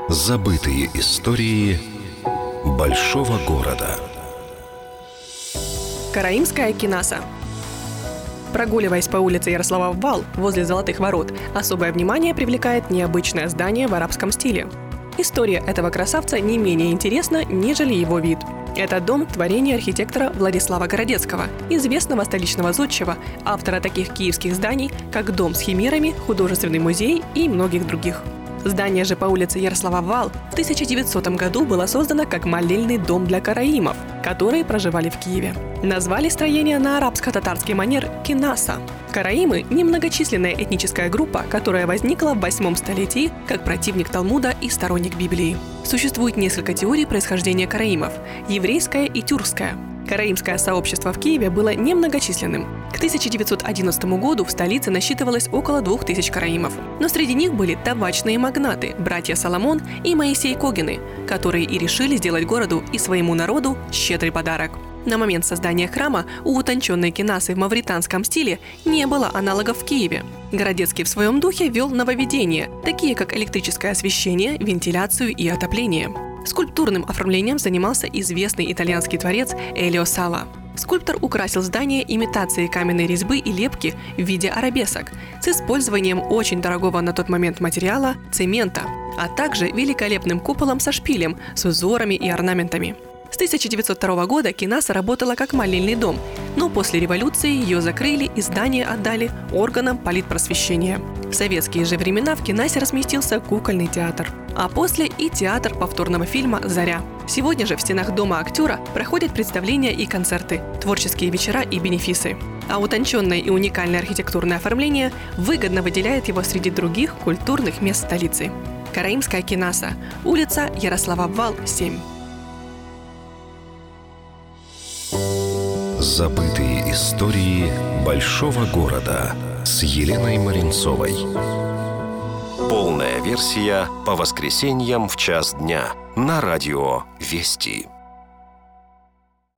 Забытые истории большого города. Караимская Кинаса. Прогуливаясь по улице Ярослава Вал возле Золотых ворот, особое внимание привлекает необычное здание в арабском стиле. История этого красавца не менее интересна, нежели его вид. Это дом творения архитектора Владислава Городецкого, известного столичного зодчего, автора таких киевских зданий, как Дом с химерами, Художественный музей и многих других. Здание же по улице Ярослава Вал в 1900 году было создано как молельный дом для караимов, которые проживали в Киеве. Назвали строение на арабско-татарский манер «Кинаса». Караимы – немногочисленная этническая группа, которая возникла в 8 столетии как противник Талмуда и сторонник Библии. Существует несколько теорий происхождения караимов – еврейская и тюркская. Караимское сообщество в Киеве было немногочисленным. К 1911 году в столице насчитывалось около 2000 караимов. Но среди них были табачные магнаты, братья Соломон и Моисей Когины, которые и решили сделать городу и своему народу щедрый подарок. На момент создания храма у утонченной кинасы в мавританском стиле не было аналогов в Киеве. Городецкий в своем духе вел нововведения, такие как электрическое освещение, вентиляцию и отопление. Скульптурным оформлением занимался известный итальянский творец Элио Сала. Скульптор украсил здание имитацией каменной резьбы и лепки в виде арабесок с использованием очень дорогого на тот момент материала – цемента, а также великолепным куполом со шпилем с узорами и орнаментами. С 1902 года Кинаса работала как молельный дом, но после революции ее закрыли и здание отдали органам политпросвещения. В советские же времена в Кинасе разместился кукольный театр, а после и театр повторного фильма «Заря». Сегодня же в стенах Дома актера проходят представления и концерты, творческие вечера и бенефисы. А утонченное и уникальное архитектурное оформление выгодно выделяет его среди других культурных мест столицы. Караимская Кинаса, улица Ярослава Вал, 7. Забытые истории большого города с Еленой Маринцовой. Полная версия по воскресеньям в час дня на радио Вести.